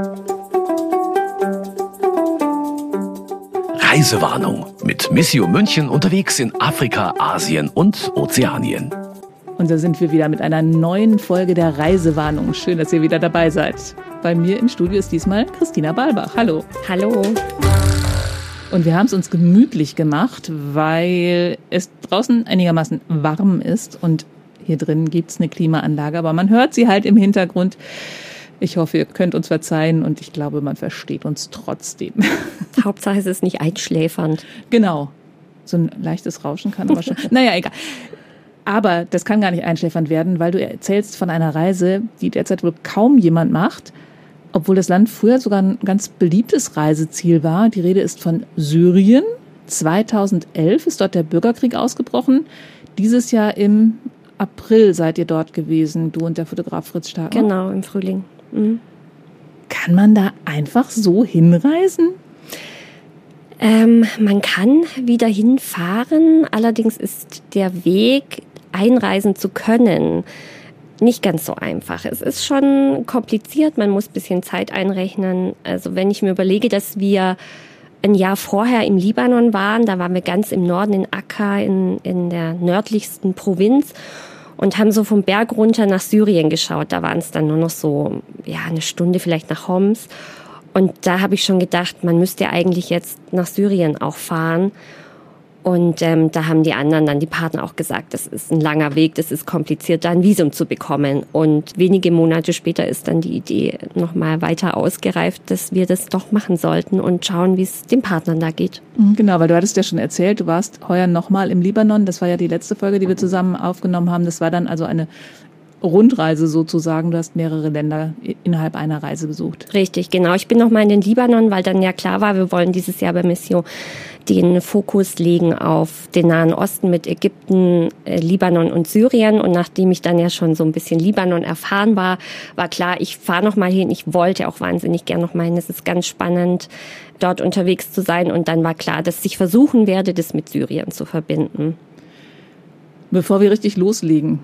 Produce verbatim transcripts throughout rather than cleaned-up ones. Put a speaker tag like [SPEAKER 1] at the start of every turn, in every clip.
[SPEAKER 1] Reisewarnung mit Missio München unterwegs in Afrika, Asien und Ozeanien.
[SPEAKER 2] Und da sind wir wieder mit einer neuen Folge der Reisewarnung. Schön, dass ihr wieder dabei seid. Bei mir im Studio ist diesmal Christina Balbach. Hallo.
[SPEAKER 3] Hallo.
[SPEAKER 2] Und wir haben es uns gemütlich gemacht, weil es draußen einigermaßen warm ist und hier drin gibt es eine Klimaanlage, aber man hört sie halt im Hintergrund. Ich hoffe, ihr könnt uns verzeihen und ich glaube, man versteht uns trotzdem.
[SPEAKER 3] Hauptsache, es ist nicht einschläfernd.
[SPEAKER 2] Genau. So ein leichtes Rauschen kann aber schon. Naja, egal. Aber das kann gar nicht einschläfernd werden, weil du erzählst von einer Reise, die derzeit wohl kaum jemand macht, obwohl das Land früher sogar ein ganz beliebtes Reiseziel war. Die Rede ist von Syrien. zweitausendelf ist dort der Bürgerkrieg ausgebrochen. Dieses Jahr im April seid ihr dort gewesen, du und der Fotograf Fritz Starker.
[SPEAKER 3] Genau, im Frühling. Mhm.
[SPEAKER 2] Kann man da einfach so hinreisen?
[SPEAKER 3] Ähm, man kann wieder hinfahren, allerdings ist der Weg, einreisen zu können, nicht ganz so einfach. Es ist schon kompliziert, man muss ein bisschen Zeit einrechnen. Also wenn ich mir überlege, dass wir ein Jahr vorher im Libanon waren, da waren wir ganz im Norden in Akka, in, in der nördlichsten Provinz und haben so vom Berg runter nach Syrien geschaut. Da waren es dann nur noch so ja eine Stunde vielleicht nach Homs. Und da habe ich schon gedacht, man müsste eigentlich jetzt nach Syrien auch fahren. Und ähm, da haben die anderen dann, die Partner auch gesagt, das ist ein langer Weg, das ist kompliziert, da ein Visum zu bekommen. Und wenige Monate später ist dann die Idee nochmal weiter ausgereift, dass wir das doch machen sollten und schauen, wie es den Partnern da geht.
[SPEAKER 2] Genau, weil du hattest ja schon erzählt, du warst heuer nochmal im Libanon. Das war ja die letzte Folge, die wir zusammen aufgenommen haben. Das war dann also eine Rundreise sozusagen. Du hast mehrere Länder innerhalb einer Reise besucht.
[SPEAKER 3] Richtig, genau. Ich bin nochmal in den Libanon, weil dann ja klar war, wir wollen dieses Jahr bei Missio den Fokus legen auf den Nahen Osten mit Ägypten, äh, Libanon und Syrien. Und nachdem ich dann ja schon so ein bisschen Libanon erfahren war, war klar, ich fahre nochmal hin. Ich wollte auch wahnsinnig gern nochmal hin. Es ist ganz spannend, dort unterwegs zu sein. Und dann war klar, dass ich versuchen werde, das mit Syrien zu verbinden.
[SPEAKER 2] Bevor wir richtig loslegen,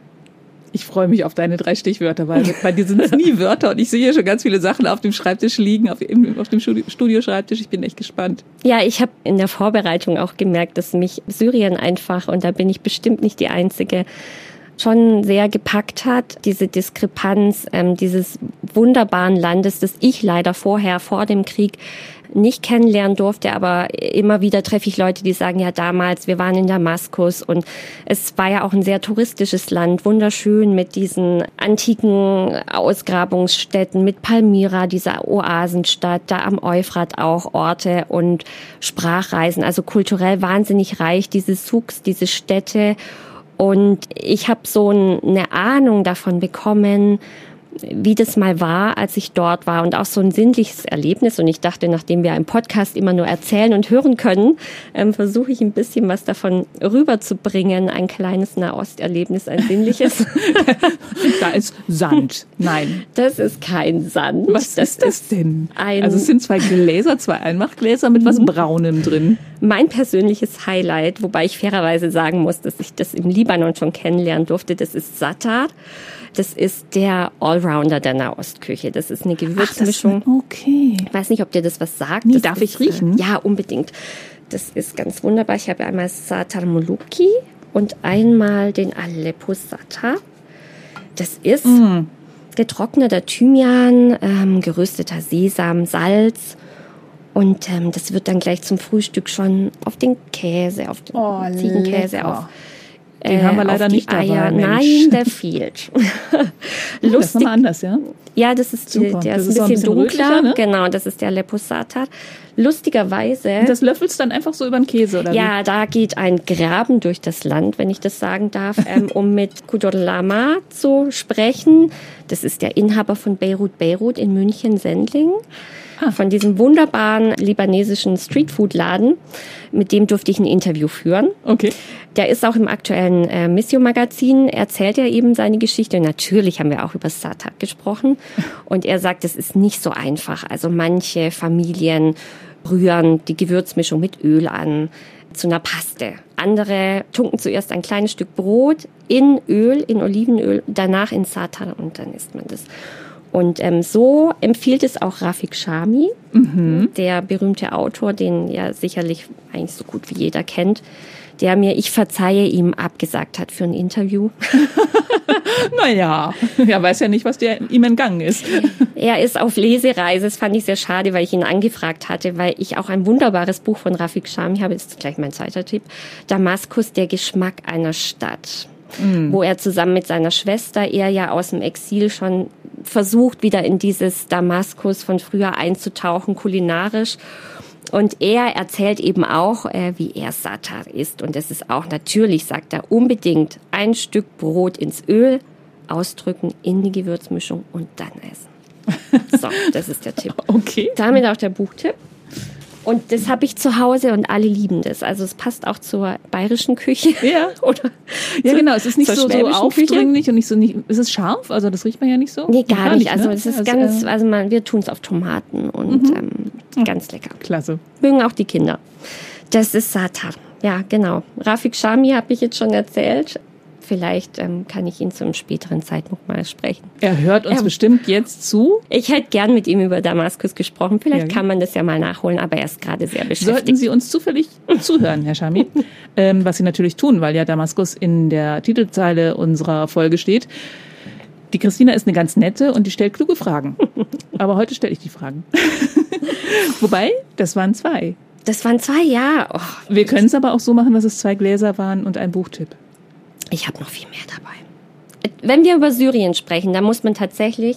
[SPEAKER 2] ich freue mich auf deine drei Stichwörter, weil bei dir sind es nie Wörter und ich sehe hier schon ganz viele Sachen auf dem Schreibtisch liegen, auf, auf dem Studioschreibtisch. Ich bin echt gespannt.
[SPEAKER 3] Ja, ich habe in der Vorbereitung auch gemerkt, dass mich Syrien einfach, und da bin ich bestimmt nicht die Einzige, schon sehr gepackt hat, diese Diskrepanz ähm, dieses wunderbaren Landes, das ich leider vorher, vor dem Krieg, nicht kennenlernen durfte, aber immer wieder treffe ich Leute, die sagen, ja damals, wir waren in Damaskus und es war ja auch ein sehr touristisches Land, wunderschön mit diesen antiken Ausgrabungsstätten, mit Palmyra, dieser Oasenstadt, da am Euphrat auch Orte und Sprachreisen, also kulturell wahnsinnig reich, diese Souks, diese Städte. Und ich habe so eine Ahnung davon bekommen, wie das mal war, als ich dort war und auch so ein sinnliches Erlebnis. Und ich dachte, nachdem wir im Podcast immer nur erzählen und hören können, ähm, versuche ich ein bisschen was davon rüberzubringen. Ein kleines Nahosterlebnis, ein sinnliches.
[SPEAKER 2] Da ist Sand. Nein.
[SPEAKER 3] Das ist kein Sand.
[SPEAKER 2] Was
[SPEAKER 3] das
[SPEAKER 2] ist das denn?
[SPEAKER 3] Ein
[SPEAKER 2] also es sind zwei Gläser, zwei Einmachgläser mit was Braunem drin.
[SPEAKER 3] Mein persönliches Highlight, wobei ich fairerweise sagen muss, dass ich das im Libanon schon kennenlernen durfte, das ist Satar. Das ist der Allrounder der Nahostküche. Das ist eine Gewürzmischung.
[SPEAKER 2] Ach, das ist, okay.
[SPEAKER 3] Ich weiß nicht, ob dir das was sagt.
[SPEAKER 2] Nee,
[SPEAKER 3] das
[SPEAKER 2] darf
[SPEAKER 3] ist,
[SPEAKER 2] ich riechen?
[SPEAKER 3] Ja, unbedingt. Das ist ganz wunderbar. Ich habe einmal Satar Muluki und einmal den Aleppo Satar. Das ist mm. getrockneter Thymian, ähm, gerösteter Sesam, Salz. Und ähm, das wird dann gleich zum Frühstück schon auf den Käse, auf den
[SPEAKER 2] oh,
[SPEAKER 3] Ziegenkäse,
[SPEAKER 2] lecker.
[SPEAKER 3] auf
[SPEAKER 2] Den äh, haben wir leider nicht
[SPEAKER 3] Eier.
[SPEAKER 2] dabei, Mensch.
[SPEAKER 3] Nein, der fehlt.
[SPEAKER 2] Lustig. Das ist nochmal anders, ja?
[SPEAKER 3] Ja, das ist, die, der das ist ein bisschen, bisschen dunkler. Ne? Genau, das ist der Aleppo Satar. Lustigerweise.
[SPEAKER 2] Und das löffelst dann einfach so über den Käse, oder?
[SPEAKER 3] Ja, wie? Da geht ein Graben durch das Land, wenn ich das sagen darf, ähm, um mit Kudor Lama zu sprechen. Das ist der Inhaber von Beirut Beirut in München-Sendling. Ah. Von diesem wunderbaren libanesischen Streetfood-Laden. Mit dem durfte ich ein Interview führen.
[SPEAKER 2] Okay.
[SPEAKER 3] Der ist auch im aktuellen äh, Missio-Magazin, erzählt er eben seine Geschichte. Und natürlich haben wir auch über Satar gesprochen. Und er sagt, es ist nicht so einfach. Also manche Familien rühren die Gewürzmischung mit Öl an zu einer Paste. Andere tunken zuerst ein kleines Stück Brot in Öl, in Olivenöl, danach in Satar und dann isst man das. Und ähm, so empfiehlt es auch Rafik Chami, mhm. der berühmte Autor, den ja sicherlich eigentlich so gut wie jeder kennt, der mir, ich verzeihe ihm, abgesagt hat für ein Interview.
[SPEAKER 2] Naja, er weiß ja nicht, was der, ihm entgangen ist.
[SPEAKER 3] Er ist auf Lesereise, das fand ich sehr schade, weil ich ihn angefragt hatte, weil ich auch ein wunderbares Buch von Rafik Chami habe, das ist gleich mein zweiter Tipp, Damaskus, der Geschmack einer Stadt. Mhm. Wo er zusammen mit seiner Schwester, er ja aus dem Exil schon versucht, wieder in dieses Damaskus von früher einzutauchen, kulinarisch. Und er erzählt eben auch, äh, wie er Satar isst. Und das ist auch natürlich, sagt er, unbedingt ein Stück Brot ins Öl, ausdrücken in die Gewürzmischung und dann essen. So, das ist der Tipp.
[SPEAKER 2] Okay.
[SPEAKER 3] Damit auch der Buchtipp. Und das habe ich zu Hause und alle lieben das. Also es passt auch zur bayerischen Küche.
[SPEAKER 2] Ja,
[SPEAKER 3] oder
[SPEAKER 2] ja genau. Es ist nicht so, so aufdringlich und nicht so nicht. Ist es scharf? Also das riecht man ja nicht so.
[SPEAKER 3] Nee, gar, gar nicht. Also
[SPEAKER 2] ne?
[SPEAKER 3] es ist
[SPEAKER 2] also,
[SPEAKER 3] ganz. Also man, wir tun es auf Tomaten und mhm. ähm, ganz lecker.
[SPEAKER 2] Klasse.
[SPEAKER 3] Mögen auch die Kinder. Das ist Satar. Ja, genau. Rafik Chami habe ich jetzt schon erzählt. Vielleicht ähm, kann ich ihn zu einem späteren Zeitpunkt mal sprechen.
[SPEAKER 2] Er hört uns er, bestimmt jetzt zu.
[SPEAKER 3] Ich hätte gern mit ihm über Damaskus gesprochen. Vielleicht ja, kann man das ja mal nachholen, aber er ist gerade sehr beschäftigt.
[SPEAKER 2] Sollten Sie uns zufällig zuhören, Herr Chami, ähm, was Sie natürlich tun, weil ja Damaskus in der Titelzeile unserer Folge steht. Die Christina ist eine ganz nette und die stellt kluge Fragen. Aber heute stelle ich die Fragen. Wobei, das waren zwei.
[SPEAKER 3] Das waren zwei, ja. Oh.
[SPEAKER 2] Wir können es aber auch so machen, dass es zwei Gläser waren und ein Buchtipp.
[SPEAKER 3] Ich habe noch viel mehr dabei. Wenn wir über Syrien sprechen, dann muss man tatsächlich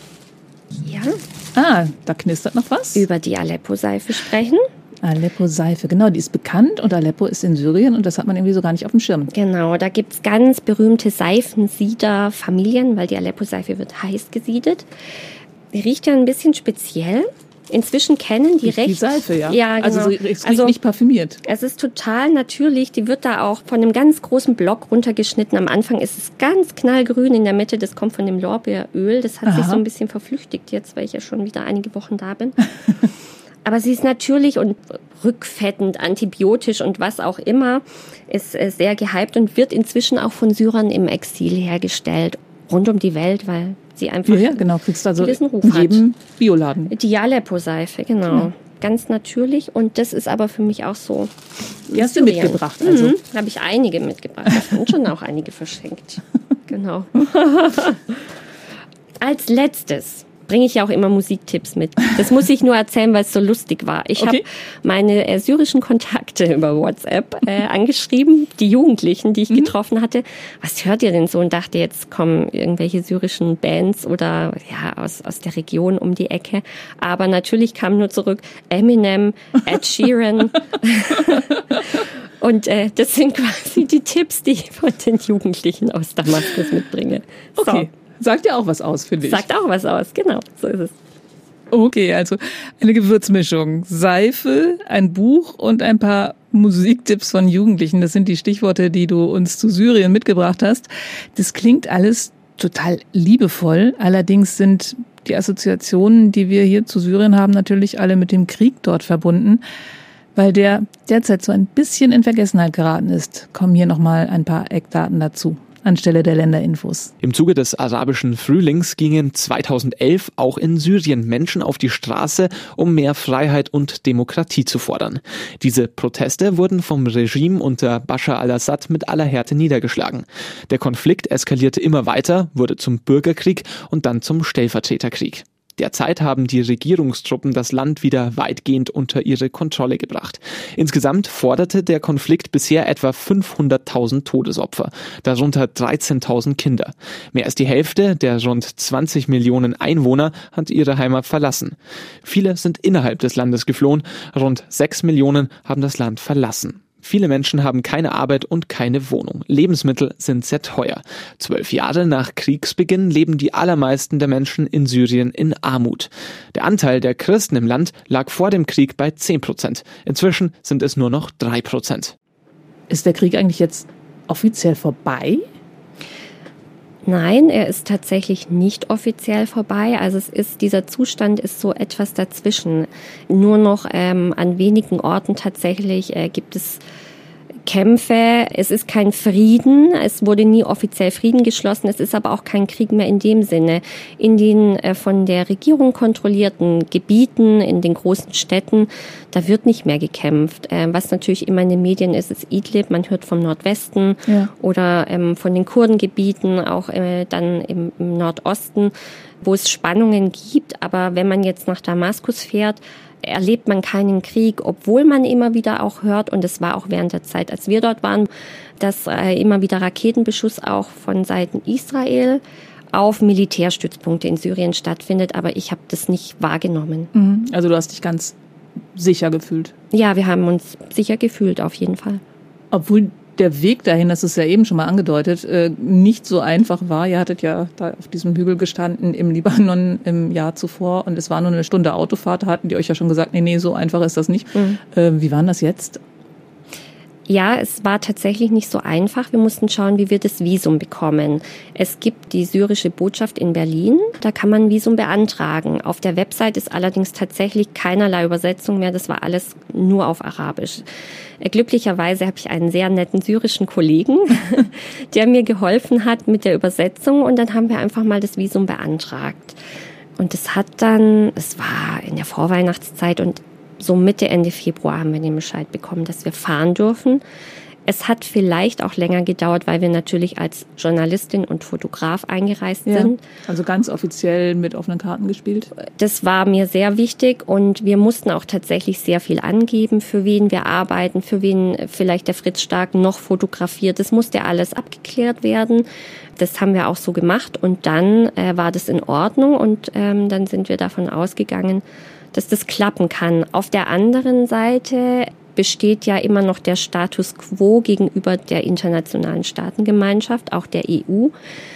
[SPEAKER 3] hier
[SPEAKER 2] ah, da knistert noch was.
[SPEAKER 3] Über die Aleppo-Seife sprechen.
[SPEAKER 2] Aleppo-Seife, genau, die ist bekannt und Aleppo ist in Syrien und das hat man irgendwie so gar nicht auf dem Schirm.
[SPEAKER 3] Genau, da gibt's ganz berühmte Seifensieder-Familien, weil die Aleppo-Seife wird heiß gesiedet. Die riecht ja ein bisschen speziell. Inzwischen kennen die
[SPEAKER 2] riecht
[SPEAKER 3] recht...
[SPEAKER 2] Die Seife, ja.
[SPEAKER 3] Ja, genau.
[SPEAKER 2] Also es riecht
[SPEAKER 3] also,
[SPEAKER 2] nicht parfümiert.
[SPEAKER 3] Es ist total natürlich. Die wird da auch von einem ganz großen Block runtergeschnitten. Am Anfang ist es ganz knallgrün in der Mitte. Das kommt von dem Lorbeeröl. Das hat Aha. sich so ein bisschen verflüchtigt jetzt, weil ich ja schon wieder einige Wochen da bin. Aber sie ist natürlich und rückfettend, antibiotisch und was auch immer. Ist sehr gehypt und wird inzwischen auch von Syrern im Exil hergestellt. Rund um die Welt, weil sie einfach
[SPEAKER 2] ja, ja, genau. Kriegst du also
[SPEAKER 3] diesen Ruf
[SPEAKER 2] in jedem
[SPEAKER 3] hat.
[SPEAKER 2] Bioladen.
[SPEAKER 3] Die Aleppo-Seife, genau. Ja. Ganz natürlich. Und das ist aber für mich auch so.
[SPEAKER 2] Die hast du mitgebracht, also?
[SPEAKER 3] Mhm. Da habe ich einige mitgebracht. Und schon auch einige verschenkt. Genau. Als letztes bringe ich ja auch immer Musiktipps mit. Das muss ich nur erzählen, weil es so lustig war. Ich okay. habe meine äh, syrischen Kontakte über WhatsApp äh, angeschrieben, die Jugendlichen, die ich mhm. getroffen hatte. Was hört ihr denn so? Und dachte, jetzt kommen irgendwelche syrischen Bands oder ja aus aus der Region um die Ecke. Aber natürlich kam nur zurück Eminem, Ed Sheeran. Und äh, das sind quasi die Tipps, die ich von den Jugendlichen aus Damaskus mitbringe. So.
[SPEAKER 2] Okay. Sagt ja auch was aus, finde ich.
[SPEAKER 3] Sagt auch was aus, genau, so ist es.
[SPEAKER 2] Okay, also eine Gewürzmischung, Seife, ein Buch und ein paar Musiktipps von Jugendlichen. Das sind die Stichworte, die du uns zu Syrien mitgebracht hast. Das klingt alles total liebevoll. Allerdings sind die Assoziationen, die wir hier zu Syrien haben, natürlich alle mit dem Krieg dort verbunden, weil der derzeit so ein bisschen in Vergessenheit geraten ist. Kommen hier nochmal ein paar Eckdaten dazu. Anstelle der Länderinfos.
[SPEAKER 4] Im Zuge des arabischen Frühlings gingen zweitausendelf auch in Syrien Menschen auf die Straße, um mehr Freiheit und Demokratie zu fordern. Diese Proteste wurden vom Regime unter Bashar al-Assad mit aller Härte niedergeschlagen. Der Konflikt eskalierte immer weiter, wurde zum Bürgerkrieg und dann zum Stellvertreterkrieg. Derzeit haben die Regierungstruppen das Land wieder weitgehend unter ihre Kontrolle gebracht. Insgesamt forderte der Konflikt bisher etwa fünfhunderttausend Todesopfer, darunter dreizehntausend Kinder. Mehr als die Hälfte der rund zwanzig Millionen Einwohner hat ihre Heimat verlassen. Viele sind innerhalb des Landes geflohen, rund sechs Millionen haben das Land verlassen. Viele Menschen haben keine Arbeit und keine Wohnung. Lebensmittel sind sehr teuer. Zwölf Jahre nach Kriegsbeginn leben die allermeisten der Menschen in Syrien in Armut. Der Anteil der Christen im Land lag vor dem Krieg bei zehn Prozent. Inzwischen sind es nur noch drei Prozent.
[SPEAKER 2] Ist der Krieg eigentlich jetzt offiziell vorbei?
[SPEAKER 3] Nein, er ist tatsächlich nicht offiziell vorbei. Also es ist, dieser Zustand ist so etwas dazwischen. Nur noch ähm, an wenigen Orten tatsächlich äh, gibt es Kämpfe, es ist kein Frieden, es wurde nie offiziell Frieden geschlossen, es ist aber auch kein Krieg mehr in dem Sinne. In den äh, von der Regierung kontrollierten Gebieten, in den großen Städten, da wird nicht mehr gekämpft. Äh, was natürlich immer in den Medien ist, ist Idlib, man hört vom Nordwesten ja. oder ähm, von den Kurdengebieten, auch äh, dann im, im Nordosten, wo es Spannungen gibt. Aber wenn man jetzt nach Damaskus fährt, erlebt man keinen Krieg, obwohl man immer wieder auch hört, und es war auch während der Zeit, als wir dort waren, dass äh, immer wieder Raketenbeschuss auch von Seiten Israel auf Militärstützpunkte in Syrien stattfindet, aber ich habe das nicht wahrgenommen.
[SPEAKER 2] Mhm. Also du hast dich ganz sicher gefühlt?
[SPEAKER 3] Ja, wir haben uns sicher gefühlt, auf jeden Fall.
[SPEAKER 2] Obwohl der Weg dahin, das ist ja eben schon mal angedeutet, nicht so einfach war. Ihr hattet ja da auf diesem Hügel gestanden im Libanon im Jahr zuvor und es war nur eine Stunde Autofahrt. Da hatten die euch ja schon gesagt, nee, nee, so einfach ist das nicht. Mhm. Wie war das jetzt?
[SPEAKER 3] Ja, es war tatsächlich nicht so einfach. Wir mussten schauen, wie wir das Visum bekommen. Es gibt die syrische Botschaft in Berlin, da kann man ein Visum beantragen. Auf der Website ist allerdings tatsächlich keinerlei Übersetzung mehr, das war alles nur auf Arabisch. Glücklicherweise habe ich einen sehr netten syrischen Kollegen, der mir geholfen hat mit der Übersetzung, und dann haben wir einfach mal das Visum beantragt. Und es hat dann, es war in der Vorweihnachtszeit und so Mitte, Ende Februar haben wir den Bescheid bekommen, dass wir fahren dürfen. Es hat vielleicht auch länger gedauert, weil wir natürlich als Journalistin und Fotograf eingereist
[SPEAKER 2] ja,
[SPEAKER 3] sind.
[SPEAKER 2] Also ganz offiziell mit offenen Karten gespielt?
[SPEAKER 3] Das war mir sehr wichtig und wir mussten auch tatsächlich sehr viel angeben, für wen wir arbeiten, für wen vielleicht der Fritz Stark noch fotografiert. Das musste alles abgeklärt werden. Das haben wir auch so gemacht und dann äh, war das in Ordnung und ähm, dann sind wir davon ausgegangen, dass das klappen kann. Auf der anderen Seite besteht ja immer noch der Status quo gegenüber der internationalen Staatengemeinschaft, auch der E U,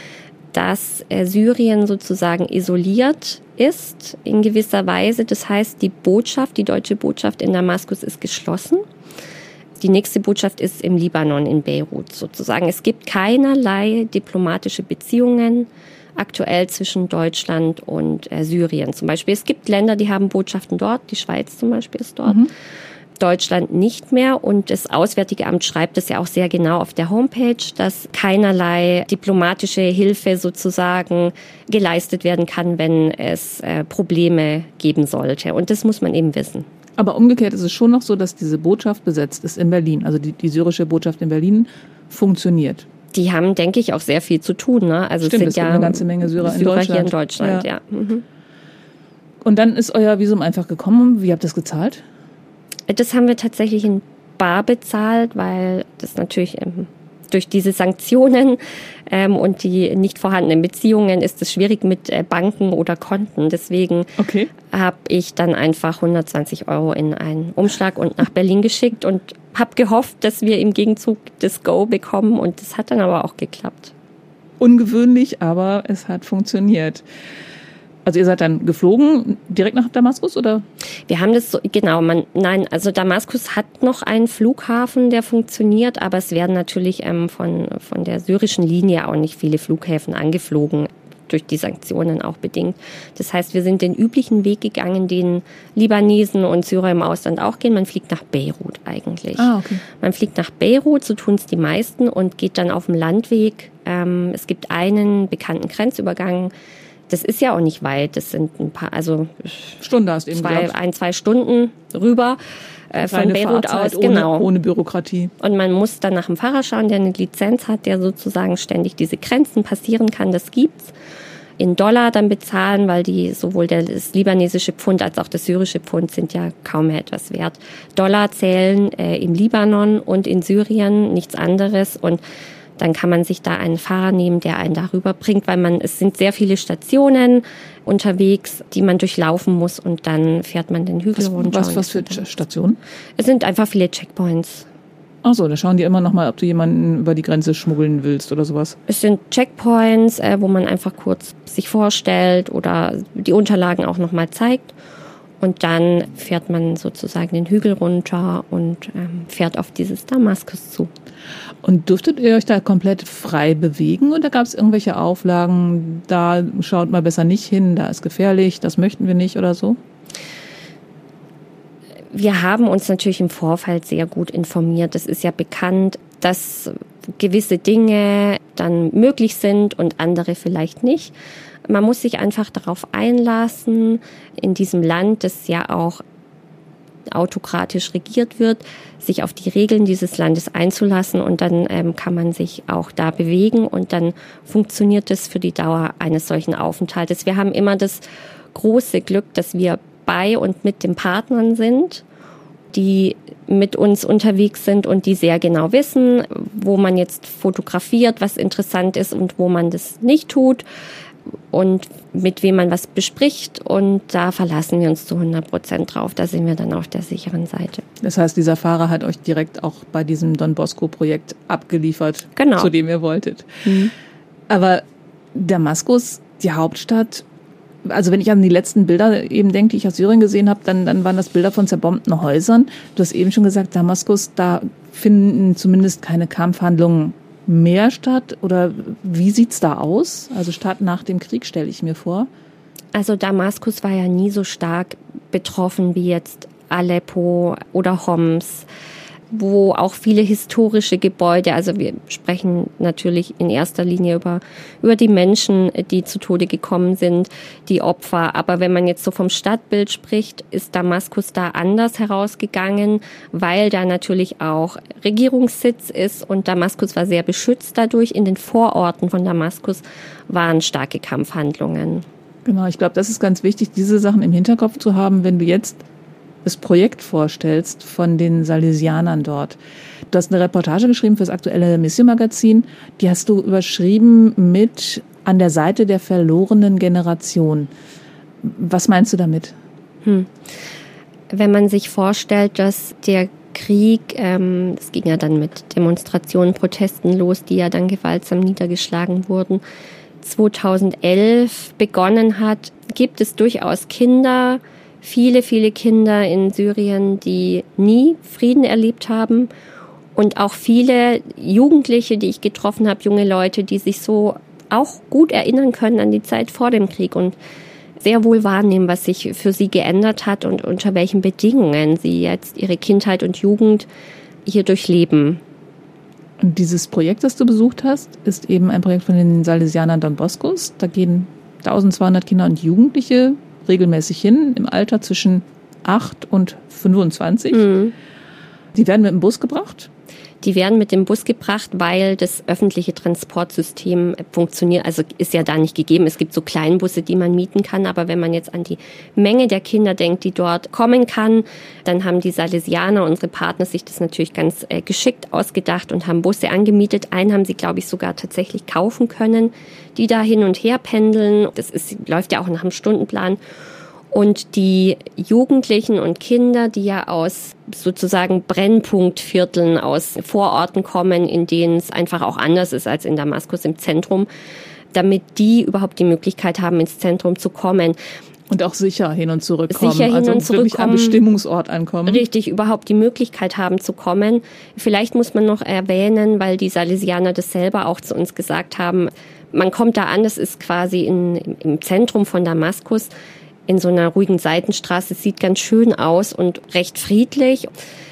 [SPEAKER 3] dass Syrien sozusagen isoliert ist in gewisser Weise. Das heißt, die Botschaft, die deutsche Botschaft in Damaskus ist geschlossen. Die nächste Botschaft ist im Libanon, in Beirut sozusagen. Es gibt keinerlei diplomatische Beziehungen aktuell zwischen Deutschland und äh, Syrien zum Beispiel. Es gibt Länder, die haben Botschaften dort, die Schweiz zum Beispiel ist dort, mhm. Deutschland nicht mehr. Und das Auswärtige Amt schreibt es ja auch sehr genau auf der Homepage, dass keinerlei diplomatische Hilfe sozusagen geleistet werden kann, wenn es äh, Probleme geben sollte. Und das muss man eben wissen.
[SPEAKER 2] Aber umgekehrt ist es schon noch so, dass diese Botschaft besetzt ist in Berlin. Also die, die syrische Botschaft in Berlin funktioniert.
[SPEAKER 3] Die haben, denke ich, auch sehr viel zu tun. Ne? Also
[SPEAKER 2] Stimmt,
[SPEAKER 3] es sind
[SPEAKER 2] es
[SPEAKER 3] ja
[SPEAKER 2] gibt eine ganze Menge Syrer,
[SPEAKER 3] Syrer
[SPEAKER 2] in Deutschland.
[SPEAKER 3] hier in Deutschland. Ja. Ja. Mhm.
[SPEAKER 2] Und dann ist euer Visum einfach gekommen. Wie habt ihr das gezahlt?
[SPEAKER 3] Das haben wir tatsächlich in bar bezahlt, weil das natürlich ähm, durch diese Sanktionen ähm, und die nicht vorhandenen Beziehungen ist es schwierig mit äh, Banken oder Konten. Deswegen okay. habe ich dann einfach hundertzwanzig Euro in einen Umschlag und nach Berlin geschickt und habe gehofft, dass wir im Gegenzug das Go bekommen, und das hat dann aber auch geklappt.
[SPEAKER 2] Ungewöhnlich, aber es hat funktioniert. Also ihr seid dann geflogen direkt nach Damaskus, oder?
[SPEAKER 3] Wir haben das so, genau, man, nein, also Damaskus hat noch einen Flughafen, der funktioniert, aber es werden natürlich ähm, von, von der syrischen Linie auch nicht viele Flughäfen angeflogen, durch die Sanktionen auch bedingt. Das heißt, wir sind den üblichen Weg gegangen, den Libanesen und Syrer im Ausland auch gehen. Man fliegt nach Beirut eigentlich.
[SPEAKER 2] Ah, okay.
[SPEAKER 3] Man fliegt nach Beirut, so tun es die meisten, und geht dann auf dem Landweg. Ähm, es gibt einen bekannten Grenzübergang. Das ist ja auch nicht weit. Das sind ein paar, also
[SPEAKER 2] Stunde hast du eben
[SPEAKER 3] zwei,
[SPEAKER 2] gesagt.
[SPEAKER 3] ein, zwei Stunden rüber äh, von Beirut aus.
[SPEAKER 2] Ohne,
[SPEAKER 3] genau.
[SPEAKER 2] ohne Bürokratie.
[SPEAKER 3] Und man muss dann nach dem Fahrer schauen, der eine Lizenz hat, der sozusagen ständig diese Grenzen passieren kann. Das gibt's. In Dollar dann bezahlen, weil die sowohl das libanesische Pfund als auch das syrische Pfund sind ja kaum mehr etwas wert. Dollar zählen äh, im Libanon und in Syrien, nichts anderes, und dann kann man sich da einen Fahrer nehmen, der einen darüber bringt, weil man, es sind sehr viele Stationen unterwegs, die man durchlaufen muss, und dann fährt man den Hügel
[SPEAKER 2] was,
[SPEAKER 3] runter.
[SPEAKER 2] Was, was für Stationen?
[SPEAKER 3] Es sind einfach viele Checkpoints.
[SPEAKER 2] Ach so, da schauen die immer noch mal, ob du jemanden über die Grenze schmuggeln willst oder sowas.
[SPEAKER 3] Es sind Checkpoints, äh, wo man einfach kurz sich vorstellt oder die Unterlagen auch noch mal zeigt. Und dann fährt man sozusagen den Hügel runter und ähm, fährt auf dieses Damaskus zu.
[SPEAKER 2] Und durftet ihr euch da komplett frei bewegen, oder gab es irgendwelche Auflagen, da schaut mal besser nicht hin, da ist gefährlich, das möchten wir nicht oder so?
[SPEAKER 3] Wir haben uns natürlich im Vorfeld sehr gut informiert. Es ist ja bekannt, dass gewisse Dinge dann möglich sind und andere vielleicht nicht. Man muss sich einfach darauf einlassen, in diesem Land, das ja auch autokratisch regiert wird, sich auf die Regeln dieses Landes einzulassen und dann ähm, kann man sich auch da bewegen und dann funktioniert es für die Dauer eines solchen Aufenthaltes. Wir haben immer das große Glück, dass wir bei und mit den Partnern sind, die mit uns unterwegs sind und die sehr genau wissen, wo man jetzt fotografiert, was interessant ist und wo man das nicht tut und mit wem man was bespricht. Und da verlassen wir uns zu hundert Prozent drauf. Da sind wir dann auf der sicheren Seite.
[SPEAKER 2] Das heißt, dieser Fahrer hat euch direkt auch bei diesem Don Bosco-Projekt abgeliefert,
[SPEAKER 3] genau,
[SPEAKER 2] zu dem ihr wolltet.
[SPEAKER 3] Mhm.
[SPEAKER 2] Aber Damaskus, die Hauptstadt, also wenn ich an die letzten Bilder eben denke, die ich aus Syrien gesehen habe, dann, dann waren das Bilder von zerbombten Häusern. Du hast eben schon gesagt, Damaskus, da finden zumindest keine Kampfhandlungen mehr statt. Oder wie sieht's da aus? Also Stadt nach dem Krieg, stelle ich mir vor.
[SPEAKER 3] Also Damaskus war ja nie so stark betroffen wie jetzt Aleppo oder Homs, wo auch viele historische Gebäude, also wir sprechen natürlich in erster Linie über, über die Menschen, die zu Tode gekommen sind, die Opfer. Aber wenn man jetzt so vom Stadtbild spricht, ist Damaskus da anders herausgegangen, weil da natürlich auch Regierungssitz ist und Damaskus war sehr beschützt dadurch. In den Vororten von Damaskus waren starke Kampfhandlungen.
[SPEAKER 2] Genau, ich glaube, das ist ganz wichtig, diese Sachen im Hinterkopf zu haben, wenn du jetzt das Projekt vorstellst von den Salesianern dort. Du hast eine Reportage geschrieben für das aktuelle Missio-Magazin. Die hast du überschrieben mit "An der Seite der verlorenen Generation". Was meinst du damit?
[SPEAKER 3] Hm. Wenn man sich vorstellt, dass der Krieg, ähm, das ging ja dann mit Demonstrationen, Protesten los, die ja dann gewaltsam niedergeschlagen wurden, zweitausendelf begonnen hat, gibt es durchaus Kinder, viele, viele Kinder in Syrien, die nie Frieden erlebt haben und auch viele Jugendliche, die ich getroffen habe, junge Leute, die sich so auch gut erinnern können an die Zeit vor dem Krieg und sehr wohl wahrnehmen, was sich für sie geändert hat und unter welchen Bedingungen sie jetzt ihre Kindheit und Jugend hier durchleben.
[SPEAKER 2] Und dieses Projekt, das du besucht hast, ist eben ein Projekt von den Salesianern Don Boscos. Da gehen eintausendzweihundert Kinder und Jugendliche regelmäßig hin, im Alter zwischen acht und fünfundzwanzig. Mhm. Die werden mit dem Bus gebracht?
[SPEAKER 3] Die werden mit dem Bus gebracht, weil das öffentliche Transportsystem funktioniert. Also ist ja da nicht gegeben. Es gibt so Kleinbusse, die man mieten kann. Aber wenn man jetzt an die Menge der Kinder denkt, die dort kommen kann, dann haben die Salesianer, unsere Partner, sich das natürlich ganz äh, geschickt ausgedacht und haben Busse angemietet. Einen haben sie, glaube ich, sogar tatsächlich kaufen können, die da hin und her pendeln. Das ist, läuft ja auch nach einem Stundenplan. Und die Jugendlichen und Kinder, die ja aus sozusagen Brennpunktvierteln, aus Vororten kommen, in denen es einfach auch anders ist als in Damaskus im Zentrum, damit die überhaupt die Möglichkeit haben, ins Zentrum zu kommen.
[SPEAKER 2] Und auch sicher hin und zurück kommen.
[SPEAKER 3] Sicher hin
[SPEAKER 2] also
[SPEAKER 3] und zurück
[SPEAKER 2] wirklich am Bestimmungsort ankommen.
[SPEAKER 3] Richtig, überhaupt die Möglichkeit haben zu kommen. Vielleicht muss man noch erwähnen, weil die Salesianer das selber auch zu uns gesagt haben, man kommt da an, das ist quasi in, im Zentrum von Damaskus, in so einer ruhigen Seitenstraße, sieht ganz schön aus und recht friedlich.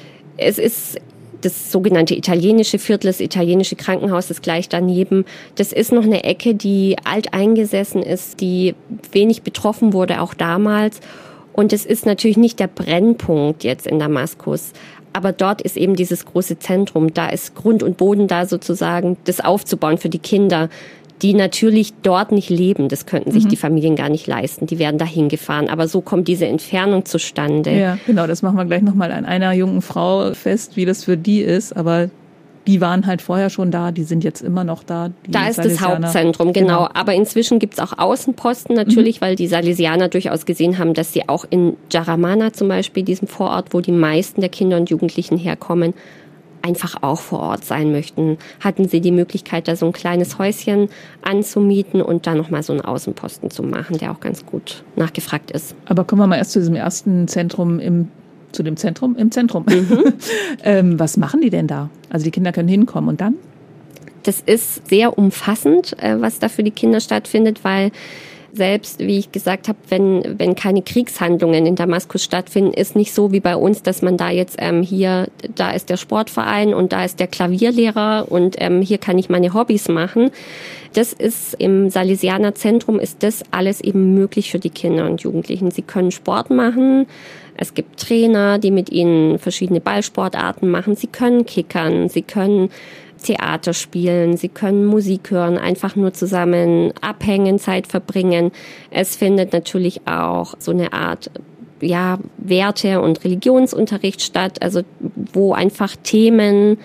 [SPEAKER 3] Es ist das sogenannte italienische Viertel, das italienische Krankenhaus ist gleich daneben. Das ist noch eine Ecke, die alteingesessen ist, die wenig betroffen wurde, auch damals. Und es ist natürlich nicht der Brennpunkt jetzt in Damaskus. Aber dort ist eben dieses große Zentrum. Da ist Grund und Boden da sozusagen, das aufzubauen für die Kinder, die natürlich dort nicht leben. Das könnten sich mhm. die Familien gar nicht leisten. Die werden dahin gefahren. Aber so kommt diese Entfernung zustande.
[SPEAKER 2] Ja, genau. Das machen wir gleich nochmal an einer jungen Frau fest, wie das für die ist. Aber die waren halt vorher schon da. Die sind jetzt immer noch da.
[SPEAKER 3] Da ist das Hauptzentrum, genau. genau. Aber inzwischen gibt's auch Außenposten natürlich, mhm. weil die Salesianer durchaus gesehen haben, dass sie auch in Jaramana zum Beispiel, diesem Vorort, wo die meisten der Kinder und Jugendlichen herkommen, einfach auch vor Ort sein möchten, hatten sie die Möglichkeit, da so ein kleines Häuschen anzumieten und da nochmal so einen Außenposten zu machen, der auch ganz gut nachgefragt ist.
[SPEAKER 2] Aber kommen wir mal erst zu diesem ersten Zentrum, im, zu dem Zentrum im Zentrum. Mhm. ähm, was machen die denn da? Also die Kinder können hinkommen und dann?
[SPEAKER 3] Das ist sehr umfassend, was da für die Kinder stattfindet, weil selbst, wie ich gesagt habe, wenn wenn keine Kriegshandlungen in Damaskus stattfinden, ist nicht so wie bei uns, dass man da jetzt ähm, hier, da ist der Sportverein und da ist der Klavierlehrer und ähm, hier kann ich meine Hobbys machen. Das ist im Salesianer Zentrum ist das alles eben möglich für die Kinder und Jugendlichen. Sie können Sport machen. Es gibt Trainer, die mit ihnen verschiedene Ballsportarten machen. Sie können kickern, sie können Theater spielen, sie können Musik hören, einfach nur zusammen abhängen, Zeit verbringen. Es findet natürlich auch so eine Art ja, Werte- und Religionsunterricht statt, also wo einfach Themen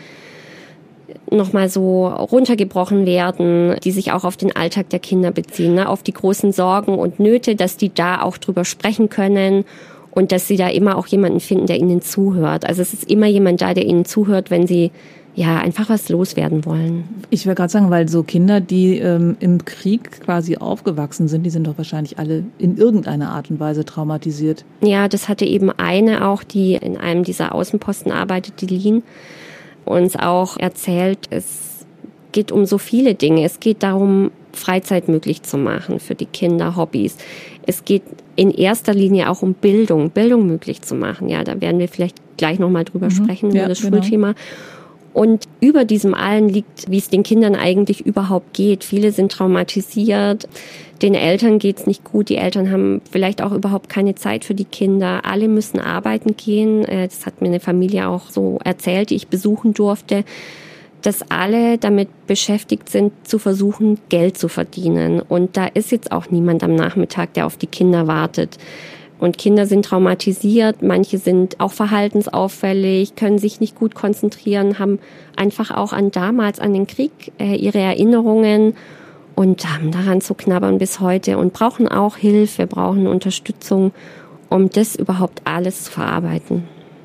[SPEAKER 3] nochmal so runtergebrochen werden, die sich auch auf den Alltag der Kinder beziehen, ne? Auf die großen Sorgen und Nöte, dass die da auch drüber sprechen können und dass sie da immer auch jemanden finden, der ihnen zuhört. Also es ist immer jemand da, der ihnen zuhört, wenn sie ja einfach was loswerden wollen.
[SPEAKER 2] Ich will gerade sagen, weil so Kinder, die ähm, im Krieg quasi aufgewachsen sind, die sind doch wahrscheinlich alle in irgendeiner Art und Weise traumatisiert.
[SPEAKER 3] Ja, das hatte eben eine auch, die in einem dieser Außenposten arbeitet, die Lien, uns auch erzählt, es geht um so viele Dinge. Es geht darum, Freizeit möglich zu machen für die Kinder, Hobbys. Es geht in erster Linie auch um Bildung, Bildung möglich zu machen. Ja, da werden wir vielleicht gleich nochmal drüber mhm. sprechen, über ja, das Schulthema. Genau. Und über diesem allen liegt, wie es den Kindern eigentlich überhaupt geht. Viele sind traumatisiert, den Eltern geht's nicht gut, die Eltern haben vielleicht auch überhaupt keine Zeit für die Kinder. Alle müssen arbeiten gehen. Das hat mir eine Familie auch so erzählt, die ich besuchen durfte, dass alle damit beschäftigt sind, zu versuchen, Geld zu verdienen. Und da ist jetzt auch niemand am Nachmittag, der auf die Kinder wartet. Und Kinder sind traumatisiert, manche sind auch verhaltensauffällig, können sich nicht gut konzentrieren, haben einfach auch an damals, an den Krieg, äh, ihre Erinnerungen und haben daran zu knabbern bis heute und brauchen auch Hilfe, brauchen Unterstützung, um das überhaupt alles zu verarbeiten.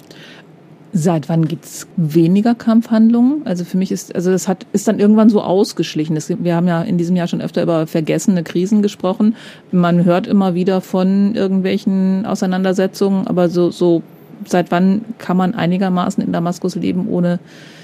[SPEAKER 2] Seit wann gibt's weniger Kampfhandlungen? Also für mich ist, also das hat, ist dann irgendwann so ausgeschlichen. Das, wir haben ja in diesem Jahr schon öfter über vergessene Krisen gesprochen. Man hört immer wieder von irgendwelchen Auseinandersetzungen, aber so, so, seit wann kann man einigermaßen in Damaskus leben, ohne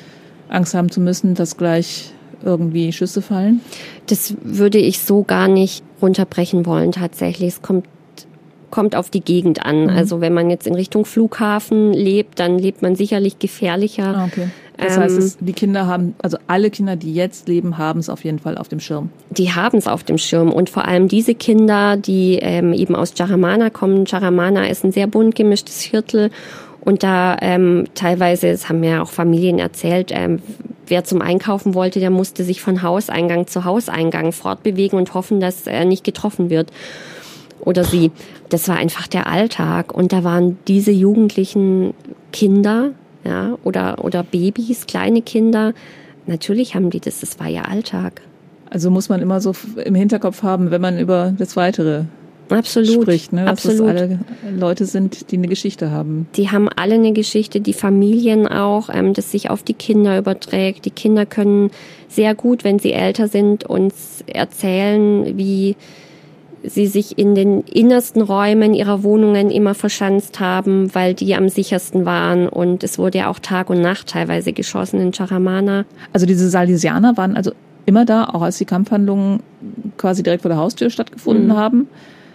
[SPEAKER 2] Angst haben zu müssen, dass gleich irgendwie Schüsse fallen?
[SPEAKER 3] Das würde ich so gar nicht runterbrechen wollen, tatsächlich. Es kommt kommt auf die Gegend an. Mhm. Also wenn man jetzt in Richtung Flughafen lebt, dann lebt man sicherlich gefährlicher.
[SPEAKER 2] Ah, okay. Das ähm, heißt, es, die Kinder haben, also alle Kinder, die jetzt leben, haben es auf jeden Fall auf dem Schirm.
[SPEAKER 3] Die haben es auf dem Schirm und vor allem diese Kinder, die ähm, eben aus Charamana kommen. Charamana ist ein sehr bunt gemischtes Viertel und da ähm, teilweise, das haben mir auch Familien erzählt, ähm, wer zum Einkaufen wollte, der musste sich von Hauseingang zu Hauseingang fortbewegen und hoffen, dass er nicht getroffen wird. Oder sie. Das war einfach der Alltag. Und da waren diese jugendlichen Kinder, ja, oder, oder Babys, kleine Kinder. Natürlich haben die das, das war ihr Alltag.
[SPEAKER 2] Also muss man immer so im Hinterkopf haben, wenn man über das Weitere
[SPEAKER 3] Absolut.
[SPEAKER 2] spricht, ne? Dass
[SPEAKER 3] Absolut.
[SPEAKER 2] das alle Leute sind, die eine Geschichte haben.
[SPEAKER 3] Die haben alle eine Geschichte, die Familien auch, ähm, das sich auf die Kinder überträgt. Die Kinder können sehr gut, wenn sie älter sind, uns erzählen, wie sie sich in den innersten Räumen ihrer Wohnungen immer verschanzt haben, weil die am sichersten waren. Und es wurde ja auch Tag und Nacht teilweise geschossen in Charamana.
[SPEAKER 2] Also diese Salesianer waren also immer da, auch als die Kampfhandlungen quasi direkt vor der Haustür stattgefunden mhm. haben.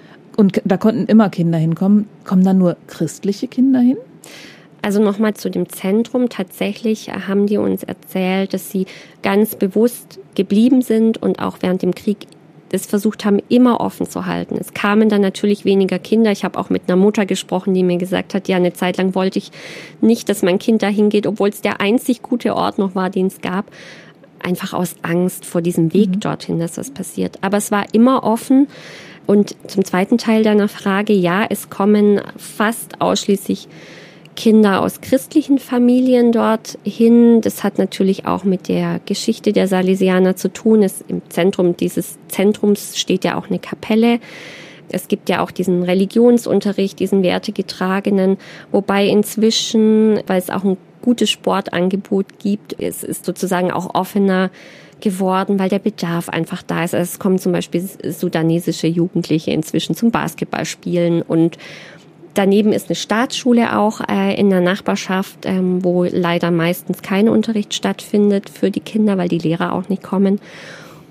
[SPEAKER 2] Und da konnten immer Kinder hinkommen. Kommen dann nur christliche Kinder hin?
[SPEAKER 3] Also nochmal zu dem Zentrum. Tatsächlich haben die uns erzählt, dass sie ganz bewusst geblieben sind und auch während dem Krieg das versucht haben, immer offen zu halten. Es kamen dann natürlich weniger Kinder. Ich habe auch mit einer Mutter gesprochen, die mir gesagt hat, ja, eine Zeit lang wollte ich nicht, dass mein Kind dahin geht, obwohl es der einzig gute Ort noch war, den es gab. Einfach aus Angst vor diesem Weg mhm. dorthin, dass was passiert. Aber es war immer offen. Und zum zweiten Teil deiner Frage, ja, es kommen fast ausschließlich Kinder aus christlichen Familien dort hin. Das hat natürlich auch mit der Geschichte der Salesianer zu tun. Es, im Zentrum dieses Zentrums steht ja auch eine Kapelle. Es gibt ja auch diesen Religionsunterricht, diesen wertegetragenen, wobei inzwischen, weil es auch ein gutes Sportangebot gibt, es ist sozusagen auch offener geworden, weil der Bedarf einfach da ist. Also es kommen zum Beispiel sudanesische Jugendliche inzwischen zum Basketballspielen und daneben ist eine Staatsschule auch äh, in der Nachbarschaft, ähm, wo leider meistens kein Unterricht stattfindet für die Kinder, weil die Lehrer auch nicht kommen.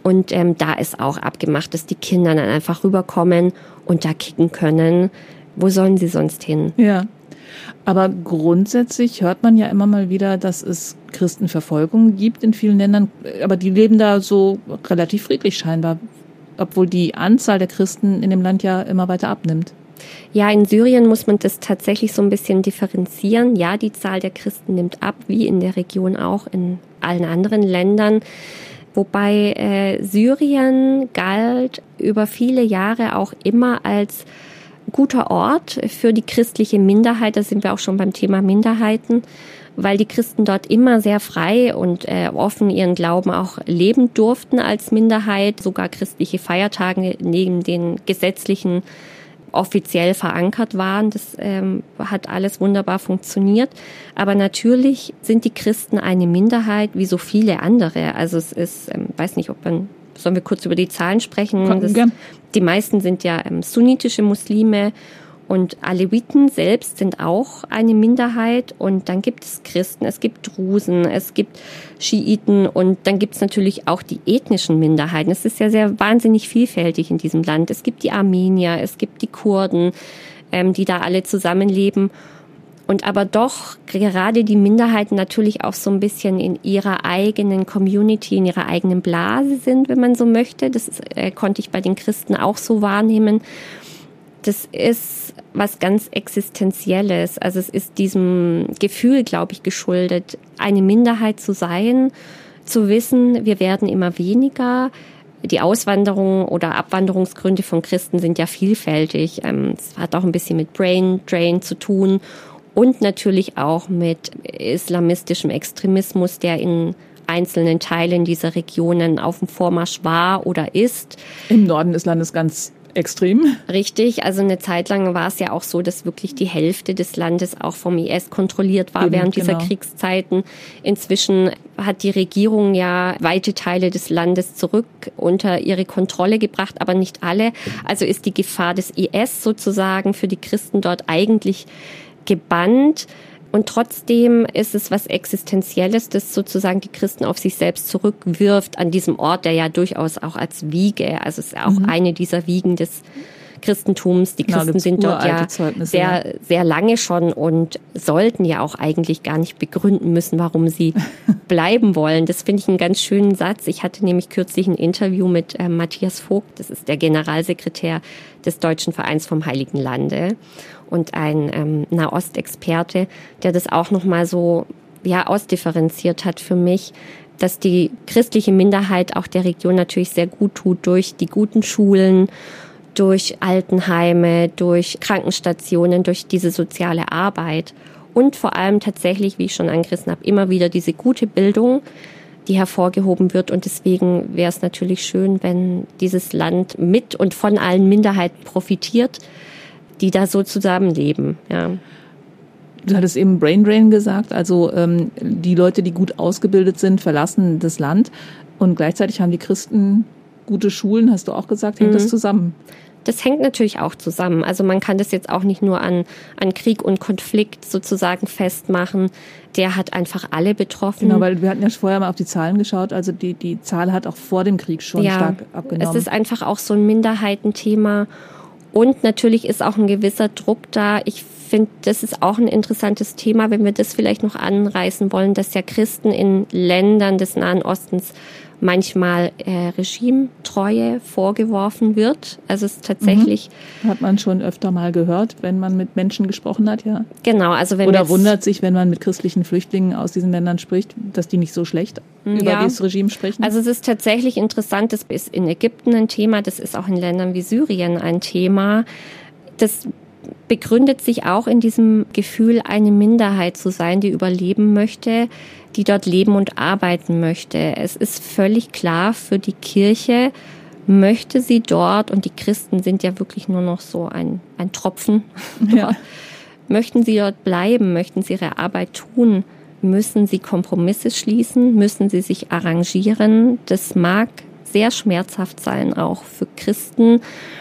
[SPEAKER 3] Und ähm, da ist auch abgemacht, dass die Kinder dann einfach rüberkommen und da kicken können. Wo sollen sie sonst hin?
[SPEAKER 2] Ja. Aber grundsätzlich hört man ja immer mal wieder, dass es Christenverfolgung gibt in vielen Ländern. Aber die leben da so relativ friedlich scheinbar, obwohl die Anzahl der Christen in dem Land ja immer weiter abnimmt.
[SPEAKER 3] Ja, in Syrien muss man das tatsächlich so ein bisschen differenzieren. Ja, die Zahl der Christen nimmt ab, wie in der Region auch in allen anderen Ländern. Wobei äh, Syrien galt über viele Jahre auch immer als guter Ort für die christliche Minderheit. Da sind wir auch schon beim Thema Minderheiten, weil die Christen dort immer sehr frei und äh, offen ihren Glauben auch leben durften als Minderheit. Sogar christliche Feiertage neben den gesetzlichen offiziell verankert waren. Das ähm, hat alles wunderbar funktioniert. Aber natürlich sind die Christen eine Minderheit, wie so viele andere. Also es ist, ähm, weiß nicht, ob man, sollen wir kurz über die Zahlen sprechen? Das, die meisten sind ja ähm, sunnitische Muslime und Aleviten selbst sind auch eine Minderheit. Und dann gibt es Christen, es gibt Drusen, es gibt Schiiten und dann gibt es natürlich auch die ethnischen Minderheiten. Es ist ja sehr wahnsinnig vielfältig in diesem Land. Es gibt die Armenier, es gibt die Kurden, ähm, die da alle zusammenleben. Und aber doch gerade die Minderheiten natürlich auch so ein bisschen in ihrer eigenen Community, in ihrer eigenen Blase sind, wenn man so möchte. Das äh, konnte ich bei den Christen auch so wahrnehmen. Das ist was ganz Existenzielles. Also es ist diesem Gefühl, glaube ich, geschuldet, eine Minderheit zu sein, zu wissen, wir werden immer weniger. Die Auswanderung oder Abwanderungsgründe von Christen sind ja vielfältig. Es hat auch ein bisschen mit Brain Drain zu tun und natürlich auch mit islamistischem Extremismus, der in einzelnen Teilen dieser Regionen auf dem Vormarsch war oder ist.
[SPEAKER 2] Im Norden des Landes ganz extrem.
[SPEAKER 3] Richtig, also eine Zeit lang war es ja auch so, dass wirklich die Hälfte des Landes auch vom I S kontrolliert war. Eben, während genau. dieser Kriegszeiten. Inzwischen hat die Regierung ja weite Teile des Landes zurück unter ihre Kontrolle gebracht, aber nicht alle. Also ist die Gefahr des I S sozusagen für die Christen dort eigentlich gebannt. Und trotzdem ist es was Existenzielles, das sozusagen die Christen auf sich selbst zurückwirft an diesem Ort, der ja durchaus auch als Wiege, also es ist auch mhm. eine dieser Wiegen des Christentums. Die Christen genau, sind dort ja sehr, sehr lange schon und sollten ja auch eigentlich gar nicht begründen müssen, warum sie bleiben wollen. Das finde ich einen ganz schönen Satz. Ich hatte nämlich kürzlich ein Interview mit äh, Matthias Vogt, das ist der Generalsekretär des Deutschen Vereins vom Heiligen Lande und ein ähm, Nahostexperte, der das auch nochmal so ja ausdifferenziert hat für mich, dass die christliche Minderheit auch der Region natürlich sehr gut tut durch die guten Schulen, durch Altenheime, durch Krankenstationen, durch diese soziale Arbeit und vor allem tatsächlich, wie ich schon angerissen habe, immer wieder diese gute Bildung, die hervorgehoben wird. Und deswegen wäre es natürlich schön, wenn dieses Land mit und von allen Minderheiten profitiert, die da so zusammenleben. Ja.
[SPEAKER 2] Du hattest eben Brain Drain gesagt, also ähm, die Leute, die gut ausgebildet sind, verlassen das Land und gleichzeitig haben die Christen gute Schulen, hast du auch gesagt, hängt mhm. das zusammen?
[SPEAKER 3] Das hängt natürlich auch zusammen. Also man kann das jetzt auch nicht nur an, an Krieg und Konflikt sozusagen festmachen. Der hat einfach alle betroffen.
[SPEAKER 2] Genau, weil wir hatten ja vorher mal auf die Zahlen geschaut. Also die, die Zahl hat auch vor dem Krieg schon
[SPEAKER 3] ja,
[SPEAKER 2] stark abgenommen.
[SPEAKER 3] Es ist einfach auch so ein Minderheitenthema. Und natürlich ist auch ein gewisser Druck da. Ich finde, das ist auch ein interessantes Thema, wenn wir das vielleicht noch anreißen wollen, dass ja Christen in Ländern des Nahen Ostens manchmal äh, Regimetreue vorgeworfen wird. Also es ist tatsächlich...
[SPEAKER 2] Mhm. Hat man schon öfter mal gehört, wenn man mit Menschen gesprochen hat, ja.
[SPEAKER 3] Genau, also wenn
[SPEAKER 2] Oder jetzt, wundert sich, wenn man mit christlichen Flüchtlingen aus diesen Ländern spricht, dass die nicht so schlecht ja. über das Regime sprechen.
[SPEAKER 3] Also es ist tatsächlich interessant, das ist in Ägypten ein Thema, das ist auch in Ländern wie Syrien ein Thema. Das begründet sich auch in diesem Gefühl, eine Minderheit zu sein, die überleben möchte, die dort leben und arbeiten möchte. Es ist völlig klar für die Kirche, möchte sie dort, und die Christen sind ja wirklich nur noch so ein, ein Tropfen, ja. möchten sie dort bleiben, möchten sie ihre Arbeit tun, müssen sie Kompromisse schließen, müssen sie sich arrangieren. Das mag sehr schmerzhaft sein, auch für Christen.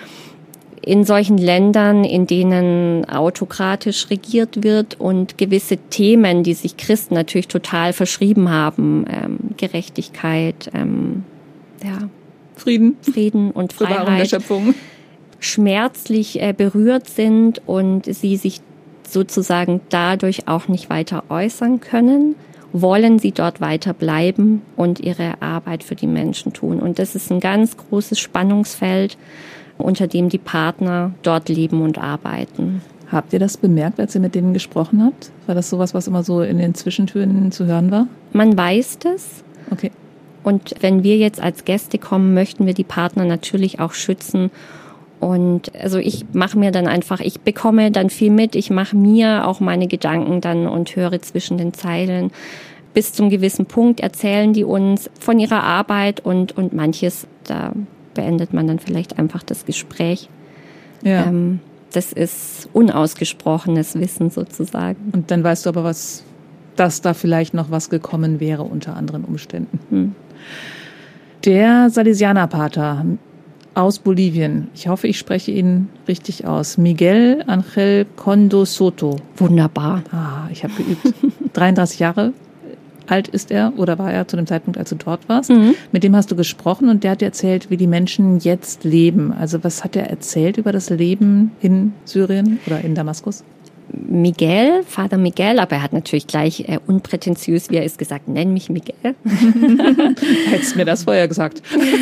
[SPEAKER 3] In solchen Ländern, in denen autokratisch regiert wird und gewisse Themen, die sich Christen natürlich total verschrieben haben, ähm, Gerechtigkeit, ähm, ja,
[SPEAKER 2] Frieden,
[SPEAKER 3] Frieden und
[SPEAKER 2] Bewahrung der
[SPEAKER 3] Freiheit
[SPEAKER 2] Schöpfung,
[SPEAKER 3] schmerzlich äh, berührt sind und sie sich sozusagen dadurch auch nicht weiter äußern können, wollen sie dort weiter bleiben und ihre Arbeit für die Menschen tun. Und das ist ein ganz großes Spannungsfeld, unter dem die Partner dort leben und arbeiten.
[SPEAKER 2] Habt ihr das bemerkt, als ihr mit denen gesprochen habt? War das sowas, was immer so in den Zwischentönen zu hören war?
[SPEAKER 3] Man weiß das.
[SPEAKER 2] Okay.
[SPEAKER 3] Und wenn wir jetzt als Gäste kommen, möchten wir die Partner natürlich auch schützen. Und also ich mache mir dann einfach, ich bekomme dann viel mit, ich mache mir auch meine Gedanken dann und höre zwischen den Zeilen. Bis zum gewissen Punkt erzählen die uns von ihrer Arbeit und, und manches, da beendet man dann vielleicht einfach das Gespräch.
[SPEAKER 2] Ja.
[SPEAKER 3] Ähm, das ist unausgesprochenes Wissen sozusagen.
[SPEAKER 2] Und dann weißt du aber, was, dass da vielleicht noch was gekommen wäre unter anderen Umständen.
[SPEAKER 3] Hm.
[SPEAKER 2] Der Salesianerpater aus Bolivien, ich hoffe, ich spreche ihn richtig aus, Miguel Ángel Condo Soto.
[SPEAKER 3] Wunderbar.
[SPEAKER 2] Ah, ich habe geübt. dreiunddreißig Jahre alt ist er oder war er zu dem Zeitpunkt, als du dort warst.
[SPEAKER 3] Mhm.
[SPEAKER 2] Mit dem hast du gesprochen und der hat dir erzählt, wie die Menschen jetzt leben. Also was hat er erzählt über das Leben in Syrien oder in Damaskus?
[SPEAKER 3] Miguel, Vater Miguel, aber er hat natürlich gleich äh, unprätentiös, wie er ist, gesagt, nenn mich Miguel.
[SPEAKER 2] Hättest du mir das vorher gesagt.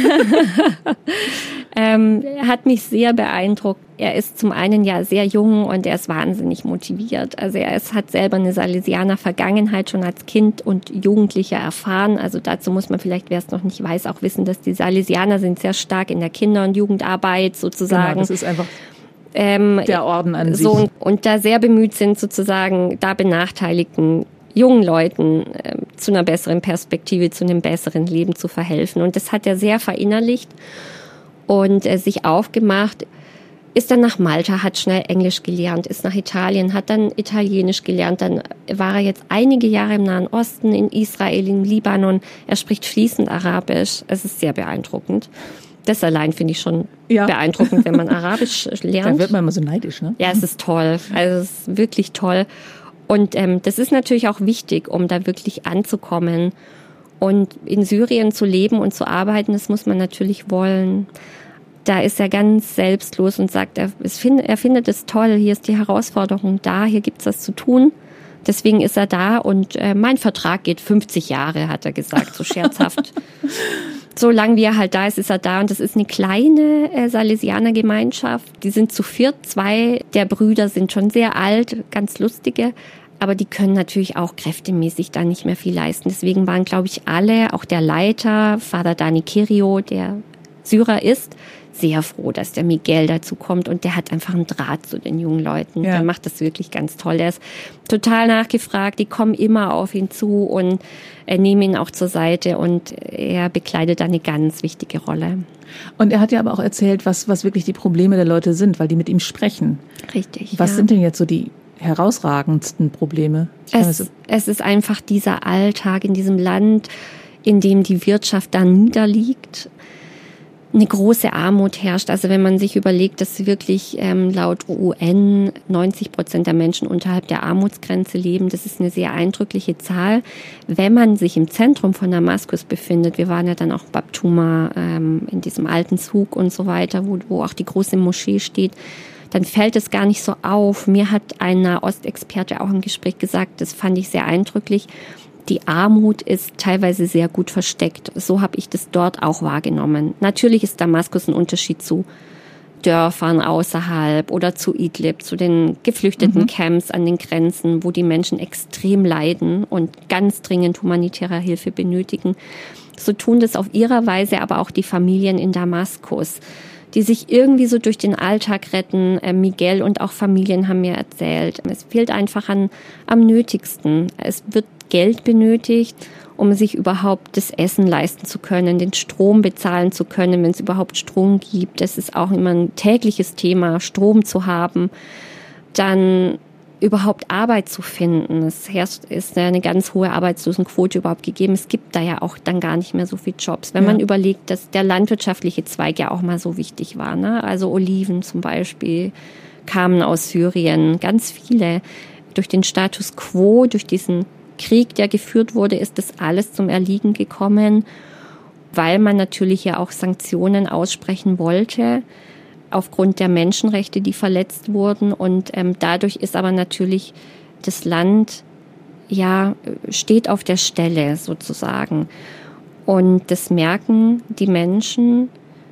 [SPEAKER 3] ähm, er hat mich sehr beeindruckt. Er ist zum einen ja sehr jung und er ist wahnsinnig motiviert. Also er ist, hat selber eine Salesianer-Vergangenheit schon als Kind und Jugendlicher erfahren. Also dazu muss man vielleicht, wer es noch nicht weiß, auch wissen, dass die Salesianer sind sehr stark in der Kinder- und Jugendarbeit sozusagen.
[SPEAKER 2] Genau, das ist einfach
[SPEAKER 3] Ähm,
[SPEAKER 2] der Orden an sich.
[SPEAKER 3] So, und da sehr bemüht sind, sozusagen da benachteiligten jungen Leuten äh, zu einer besseren Perspektive, zu einem besseren Leben zu verhelfen. Und das hat er sehr verinnerlicht und äh, sich aufgemacht. Ist dann nach Malta, hat schnell Englisch gelernt, ist nach Italien, hat dann Italienisch gelernt. Dann war er jetzt einige Jahre im Nahen Osten, in Israel, im Libanon. Er spricht fließend Arabisch. Es ist sehr beeindruckend. Das allein finde ich schon ja. beeindruckend, wenn man Arabisch lernt.
[SPEAKER 2] Da wird man immer so neidisch, ne?
[SPEAKER 3] Ja, es ist toll. Also es ist wirklich toll. Und ähm, das ist natürlich auch wichtig, um da wirklich anzukommen. Und in Syrien zu leben und zu arbeiten, das muss man natürlich wollen. Da ist er ganz selbstlos und sagt, er, es find, er findet es toll, hier ist die Herausforderung da, hier gibt's was zu tun. Deswegen ist er da und äh, mein Vertrag geht fünfzig Jahre, hat er gesagt, so scherzhaft. So lange wie er halt da ist, ist er da. Und das ist eine kleine äh, Salesianer-Gemeinschaft. Die sind zu viert. Zwei der Brüder sind schon sehr alt, ganz lustige. Aber die können natürlich auch kräftemäßig da nicht mehr viel leisten. Deswegen waren, glaube ich, alle, auch der Leiter, Vater Dani Kirio, der Syrer ist, sehr froh, dass der Miguel dazu kommt. Und der hat einfach einen Draht zu den jungen Leuten.
[SPEAKER 2] Ja.
[SPEAKER 3] Der macht das wirklich ganz toll. Der ist total nachgefragt. Die kommen immer auf ihn zu und äh, nehmen ihn auch zur Seite. Und er bekleidet da eine ganz wichtige Rolle.
[SPEAKER 2] Und er hat ja aber auch erzählt, was, was wirklich die Probleme der Leute sind, weil die mit ihm sprechen.
[SPEAKER 3] Richtig.
[SPEAKER 2] Was
[SPEAKER 3] ja.
[SPEAKER 2] sind denn jetzt so die herausragendsten Probleme?
[SPEAKER 3] Es, es ist einfach dieser Alltag in diesem Land, in dem die Wirtschaft da niederliegt. Eine große Armut herrscht. Also wenn man sich überlegt, dass wirklich ähm, laut U N neunzig Prozent der Menschen unterhalb der Armutsgrenze leben, das ist eine sehr eindrückliche Zahl. Wenn man sich im Zentrum von Damaskus befindet, wir waren ja dann auch Babtuma ähm, in diesem alten Zug und so weiter, wo, wo auch die große Moschee steht, dann fällt es gar nicht so auf. Mir hat ein Nahostexperte auch im Gespräch gesagt, das fand ich sehr eindrücklich, die Armut ist teilweise sehr gut versteckt. So habe ich das dort auch wahrgenommen. Natürlich ist Damaskus ein Unterschied zu Dörfern außerhalb oder zu Idlib, zu den geflüchteten mhm. Camps an den Grenzen, wo die Menschen extrem leiden und ganz dringend humanitäre Hilfe benötigen. So tun das auf ihrer Weise aber auch die Familien in Damaskus, die sich irgendwie so durch den Alltag retten. Äh, Miguel und auch Familien haben mir erzählt, es fehlt einfach an, am Nötigsten. Es wird Geld benötigt, um sich überhaupt das Essen leisten zu können, den Strom bezahlen zu können, wenn es überhaupt Strom gibt. Das ist auch immer ein tägliches Thema, Strom zu haben. Dann überhaupt Arbeit zu finden. Es herrscht, ist eine ganz hohe Arbeitslosenquote überhaupt gegeben. Es gibt da ja auch dann gar nicht mehr so viele Jobs. Wenn ja. man überlegt, dass der landwirtschaftliche Zweig ja auch mal so wichtig war, ne? Also Oliven zum Beispiel kamen aus Syrien, ganz viele. Durch den Status quo, durch diesen Krieg, der geführt wurde, ist das alles zum Erliegen gekommen. weil man natürlich ja auch Sanktionen aussprechen wollte, aufgrund der Menschenrechte, die verletzt wurden. Und ähm, dadurch ist aber natürlich das Land, ja, steht auf der Stelle sozusagen. Und das merken die Menschen,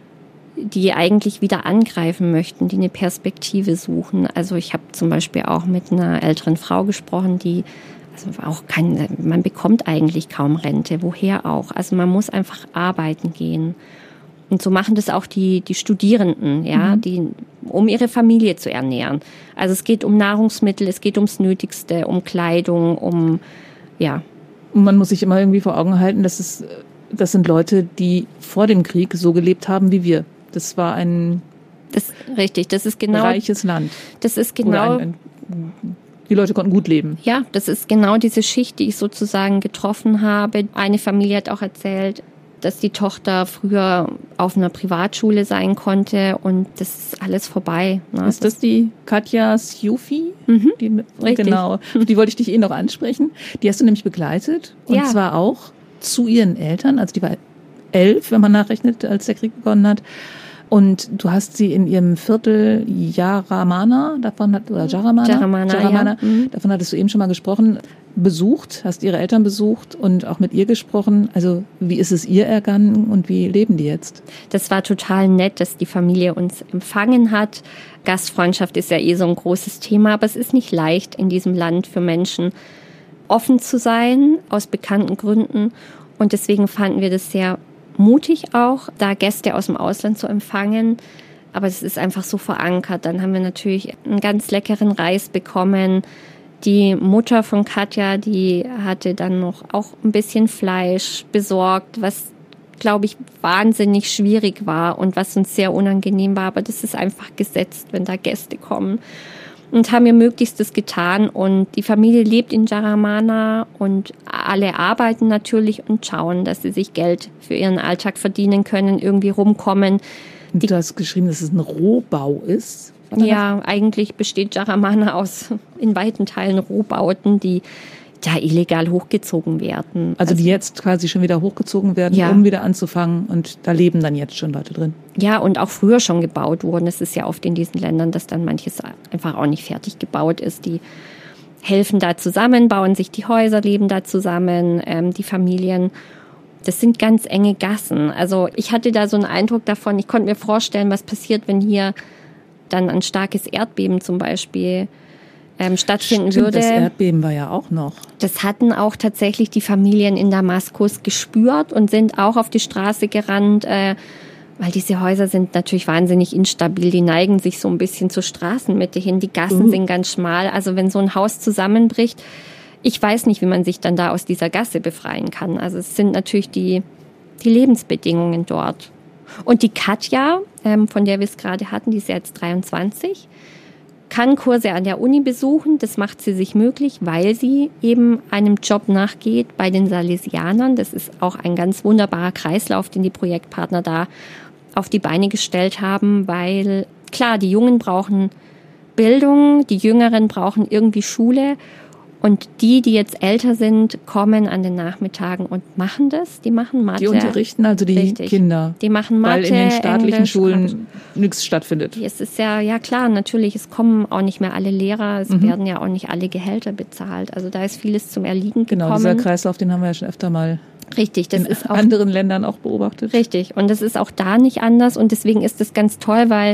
[SPEAKER 3] die eigentlich wieder angreifen möchten, die eine Perspektive suchen. Also ich habe zum Beispiel auch mit einer älteren Frau gesprochen, die also auch kein, man bekommt eigentlich kaum Rente, woher auch. Also man muss einfach arbeiten gehen. Und so machen das auch die, die Studierenden, ja, mhm. die, um ihre Familie zu ernähren. Also es geht um Nahrungsmittel, es geht ums Nötigste, um Kleidung, um, ja.
[SPEAKER 2] Und man muss sich immer irgendwie vor Augen halten, dass es, das sind Leute, die vor dem Krieg so gelebt haben wie wir. Das war ein
[SPEAKER 3] das, richtig, das ist genau,
[SPEAKER 2] reiches Land.
[SPEAKER 3] Das ist genau.
[SPEAKER 2] Ein, ein, die Leute konnten gut leben.
[SPEAKER 3] Ja, das ist genau diese Schicht, die ich sozusagen getroffen habe. Eine Familie hat auch erzählt, dass die Tochter früher auf einer Privatschule sein konnte und das ist alles vorbei. Ne?
[SPEAKER 2] Ist das die Katja Sjufi?
[SPEAKER 3] Mhm,
[SPEAKER 2] die,
[SPEAKER 3] richtig.
[SPEAKER 2] Genau, die wollte ich dich eh noch ansprechen. Die hast du nämlich begleitet und
[SPEAKER 3] ja.
[SPEAKER 2] zwar auch zu ihren Eltern, also die war elf, wenn man nachrechnet, als der Krieg begonnen hat. Und du hast sie in ihrem Viertel Jaramana, davon hat, oder Jaramana,
[SPEAKER 3] Jaramana,
[SPEAKER 2] Jaramana
[SPEAKER 3] ja. mhm.
[SPEAKER 2] davon hattest du eben schon mal gesprochen, besucht, hast ihre Eltern besucht und auch mit ihr gesprochen. Also wie ist es ihr ergangen und wie leben die jetzt?
[SPEAKER 3] Das war total nett, dass die Familie uns empfangen hat. Gastfreundschaft ist ja eh so ein großes Thema, aber es ist nicht leicht in diesem Land für Menschen offen zu sein, aus bekannten Gründen. Und deswegen fanden wir das sehr mutig auch, da Gäste aus dem Ausland zu empfangen. Aber es ist einfach so verankert. Dann haben wir natürlich einen ganz leckeren Reis bekommen. Die Mutter von Katja, die hatte dann noch auch ein bisschen Fleisch besorgt, was, glaube ich, wahnsinnig schwierig war und was uns sehr unangenehm war. Aber das ist einfach gesetzt, wenn da Gäste kommen. Und haben ihr Möglichstes getan. Und die Familie lebt in Jaramana und alle arbeiten natürlich und schauen, dass sie sich Geld für ihren Alltag verdienen können, irgendwie rumkommen.
[SPEAKER 2] Und du hast geschrieben, dass es ein Rohbau ist?
[SPEAKER 3] Ja, eigentlich besteht Jaramana aus in weiten Teilen Rohbauten, die da illegal hochgezogen werden.
[SPEAKER 2] Also, also die jetzt quasi schon wieder hochgezogen werden, ja. um wieder anzufangen. Und da leben dann jetzt schon Leute drin.
[SPEAKER 3] Ja, und auch früher schon gebaut wurden. Es ist ja oft in diesen Ländern, dass dann manches einfach auch nicht fertig gebaut ist. Die helfen da zusammen, bauen sich die Häuser, leben da zusammen, ähm, die Familien. Das sind ganz enge Gassen. Also ich hatte da so einen Eindruck davon, ich konnte mir vorstellen, was passiert, wenn hier dann ein starkes Erdbeben zum Beispiel ähm, stattfinden
[SPEAKER 2] Stimmt,
[SPEAKER 3] würde.
[SPEAKER 2] Das Erdbeben war ja auch noch.
[SPEAKER 3] Das hatten auch tatsächlich die Familien in Damaskus gespürt und sind auch auf die Straße gerannt, äh, weil diese Häuser sind natürlich wahnsinnig instabil. Die neigen sich so ein bisschen zur Straßenmitte hin. Die Gassen mhm. sind ganz schmal. Also wenn so ein Haus zusammenbricht, ich weiß nicht, wie man sich dann da aus dieser Gasse befreien kann. Also es sind natürlich die, die Lebensbedingungen dort. Und die Katja, ähm, von der wir es gerade hatten, die ist ja jetzt dreiundzwanzig, kann Kurse an der Uni besuchen. Das macht sie sich möglich, weil sie eben einem Job nachgeht bei den Salesianern. Das ist auch ein ganz wunderbarer Kreislauf, den die Projektpartner da auf die Beine gestellt haben, weil klar, die Jungen brauchen Bildung, die Jüngeren brauchen irgendwie Schule. Und die, die jetzt älter sind, kommen an den Nachmittagen und machen das. Die machen Mathe.
[SPEAKER 2] Die unterrichten also die
[SPEAKER 3] Richtig.
[SPEAKER 2] Kinder.
[SPEAKER 3] Die machen Mathe,
[SPEAKER 2] weil in den staatlichen
[SPEAKER 3] Englisch,
[SPEAKER 2] Schulen nichts stattfindet.
[SPEAKER 3] Es ist ja, ja klar, natürlich, es kommen auch nicht mehr alle Lehrer, es mhm. werden ja auch nicht alle Gehälter bezahlt. Also da ist vieles zum Erliegen
[SPEAKER 2] genau,
[SPEAKER 3] gekommen.
[SPEAKER 2] Genau, dieser Kreislauf, den haben wir ja schon öfter mal
[SPEAKER 3] Richtig, das
[SPEAKER 2] in
[SPEAKER 3] ist auch,
[SPEAKER 2] anderen Ländern auch beobachtet.
[SPEAKER 3] Richtig, und das ist auch da nicht anders. Und deswegen ist das ganz toll, weil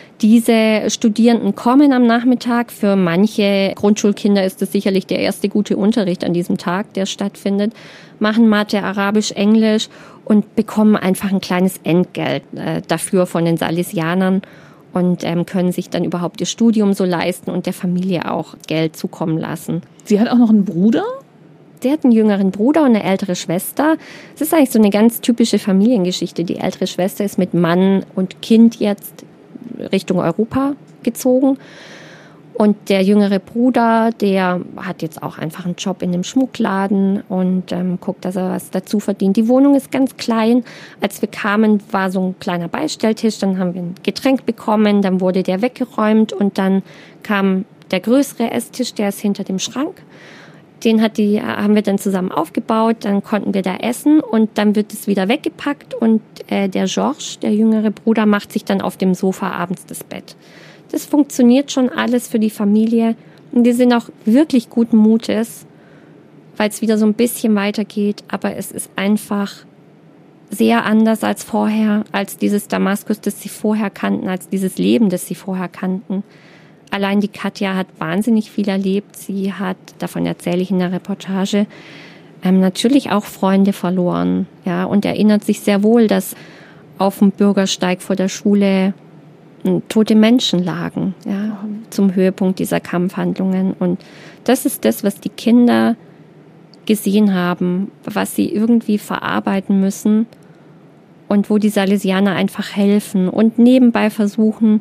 [SPEAKER 3] diese Studierenden kommen am Nachmittag. Für manche Grundschulkinder ist das sicherlich der erste gute Unterricht an diesem Tag, der stattfindet. Machen Mathe, Arabisch, Englisch und bekommen einfach ein kleines Entgelt äh, dafür von den Salesianern und ähm, können sich dann überhaupt ihr Studium so leisten und der Familie auch Geld zukommen lassen.
[SPEAKER 2] Sie hat auch noch einen Bruder?
[SPEAKER 3] Sie hat einen jüngeren Bruder und eine ältere Schwester. Es ist eigentlich so eine ganz typische Familiengeschichte. Die ältere Schwester ist mit Mann und Kind jetzt Richtung Europa gezogen. Und der jüngere Bruder, der hat jetzt auch einfach einen Job in einem Schmuckladen und ähm, guckt, dass er was dazu verdient. Die Wohnung ist ganz klein. Als wir kamen, war so ein kleiner Beistelltisch. Dann haben wir ein Getränk bekommen. Dann wurde der weggeräumt und dann kam der größere Esstisch, der ist hinter dem Schrank. Den hat die, haben wir dann zusammen aufgebaut, dann konnten wir da essen und dann wird es wieder weggepackt und äh, der Georges, der jüngere Bruder, macht sich dann auf dem Sofa abends das Bett. Das funktioniert schon alles für die Familie und wir sind auch wirklich guten Mutes, weil es wieder so ein bisschen weitergeht, aber es ist einfach sehr anders als vorher, als dieses Damaskus, das sie vorher kannten, als dieses Leben, das sie vorher kannten. Allein die Katja hat wahnsinnig viel erlebt. Sie hat, davon erzähle ich in der Reportage, ähm, natürlich auch Freunde verloren. Ja, und erinnert sich sehr wohl, dass auf dem Bürgersteig vor der Schule äh, tote Menschen lagen, ja, zum Höhepunkt dieser Kampfhandlungen. Und das ist das, was die Kinder gesehen haben, was sie irgendwie verarbeiten müssen und wo die Salesianer einfach helfen und nebenbei versuchen,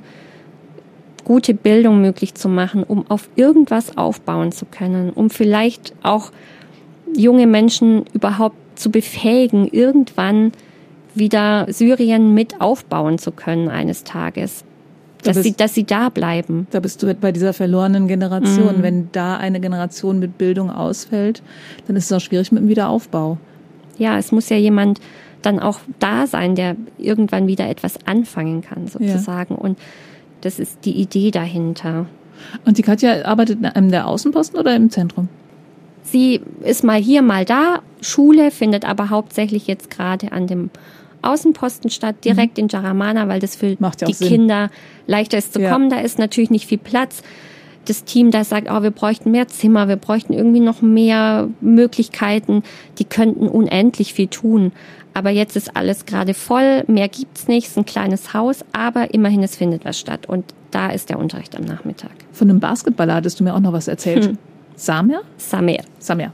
[SPEAKER 3] gute Bildung möglich zu machen, um auf irgendwas aufbauen zu können, um vielleicht auch junge Menschen überhaupt zu befähigen, irgendwann wieder Syrien mit aufbauen zu können eines Tages. Dass, da bist, sie, dass sie da bleiben.
[SPEAKER 2] Da bist du bei dieser verlorenen Generation. Mhm. Wenn da eine Generation mit Bildung ausfällt, dann ist es auch schwierig mit dem Wiederaufbau.
[SPEAKER 3] Ja, es muss ja jemand dann auch da sein, der irgendwann wieder etwas anfangen kann, sozusagen. Ja. Und das ist die Idee dahinter.
[SPEAKER 2] Und die Katja arbeitet in einem der Außenposten oder im Zentrum?
[SPEAKER 3] Sie ist mal hier, mal da. Schule findet aber hauptsächlich jetzt gerade an dem Außenposten statt, direkt mhm. in Jaramana, weil das für
[SPEAKER 2] Macht ja
[SPEAKER 3] die
[SPEAKER 2] Sinn.
[SPEAKER 3] Kinder leichter ist zu ja. kommen. Da ist natürlich nicht viel Platz. Das Team, das sagt, oh, wir bräuchten mehr Zimmer, wir bräuchten irgendwie noch mehr Möglichkeiten. Die könnten unendlich viel tun. Aber jetzt ist alles gerade voll, mehr gibt's nicht, es ist ein kleines Haus, aber immerhin, es findet was statt. Und da ist der Unterricht am Nachmittag.
[SPEAKER 2] Von einem Basketballer hattest du mir auch noch was erzählt. Hm. Samer?
[SPEAKER 3] Samer.
[SPEAKER 2] Samer.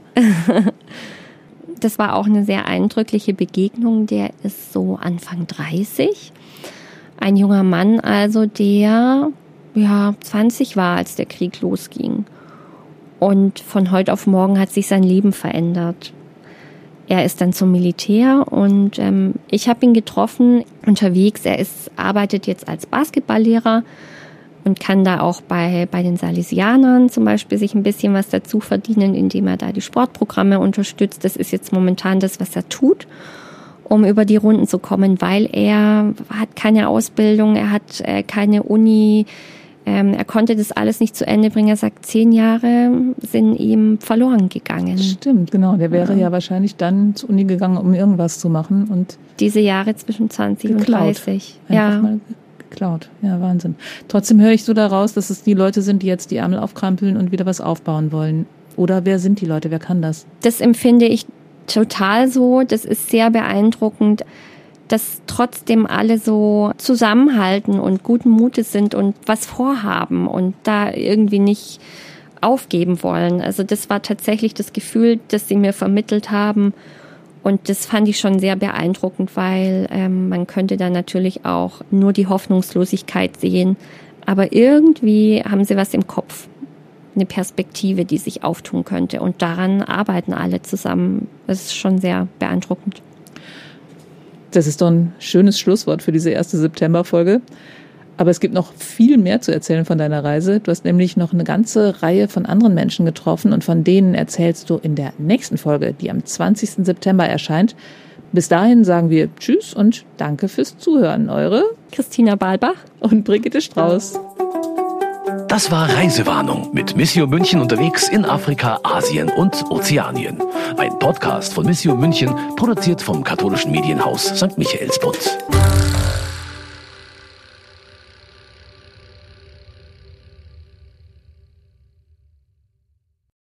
[SPEAKER 3] Das war auch eine sehr eindrückliche Begegnung. Der ist so Anfang dreißig. Ein junger Mann also, der ja zwanzig war, als der Krieg losging. Und von heute auf morgen hat sich sein Leben verändert. Er ist dann zum Militär und ähm, ich habe ihn getroffen unterwegs. Er ist, arbeitet jetzt als Basketballlehrer und kann da auch bei, bei den Salesianern zum Beispiel sich ein bisschen was dazu verdienen, indem er da die Sportprogramme unterstützt. Das ist jetzt momentan das, was er tut, um über die Runden zu kommen, weil er hat keine Ausbildung, er hat äh, keine Uni, ähm, er konnte das alles nicht zu Ende bringen. Er sagt, zehn Jahre sind ihm verloren gegangen.
[SPEAKER 2] Stimmt, genau. Der wäre ja, ja wahrscheinlich dann zur Uni gegangen, um irgendwas zu machen. Und
[SPEAKER 3] diese Jahre zwischen zwanzig geklaut. Und dreißig.
[SPEAKER 2] Einfach
[SPEAKER 3] ja.
[SPEAKER 2] mal geklaut. Ja, Wahnsinn. Trotzdem höre ich so daraus, dass es die Leute sind, die jetzt die Ärmel aufkrampeln und wieder was aufbauen wollen. Oder wer sind die Leute? Wer kann das?
[SPEAKER 3] Das empfinde ich total so. Das ist sehr beeindruckend, dass trotzdem alle so zusammenhalten und guten Mutes sind und was vorhaben und da irgendwie nicht aufgeben wollen. Also das war tatsächlich das Gefühl, das sie mir vermittelt haben. Und das fand ich schon sehr beeindruckend, weil ähm, man könnte da natürlich auch nur die Hoffnungslosigkeit sehen. Aber irgendwie haben sie was im Kopf, eine Perspektive, die sich auftun könnte. Und daran arbeiten alle zusammen. Das ist schon sehr beeindruckend.
[SPEAKER 2] Das ist doch ein schönes Schlusswort für diese erste September-Folge. Aber es gibt noch viel mehr zu erzählen von deiner Reise. Du hast nämlich noch eine ganze Reihe von anderen Menschen getroffen und von denen erzählst du in der nächsten Folge, die am zwanzigsten September erscheint. Bis dahin sagen wir Tschüss und danke fürs Zuhören. Eure
[SPEAKER 3] Christina Balbach
[SPEAKER 2] und Brigitte Strauß.
[SPEAKER 1] Das war Reisewarnung mit Missio München unterwegs in Afrika, Asien und Ozeanien. Ein Podcast von Missio München, produziert vom katholischen Medienhaus Sankt Michaelsbund.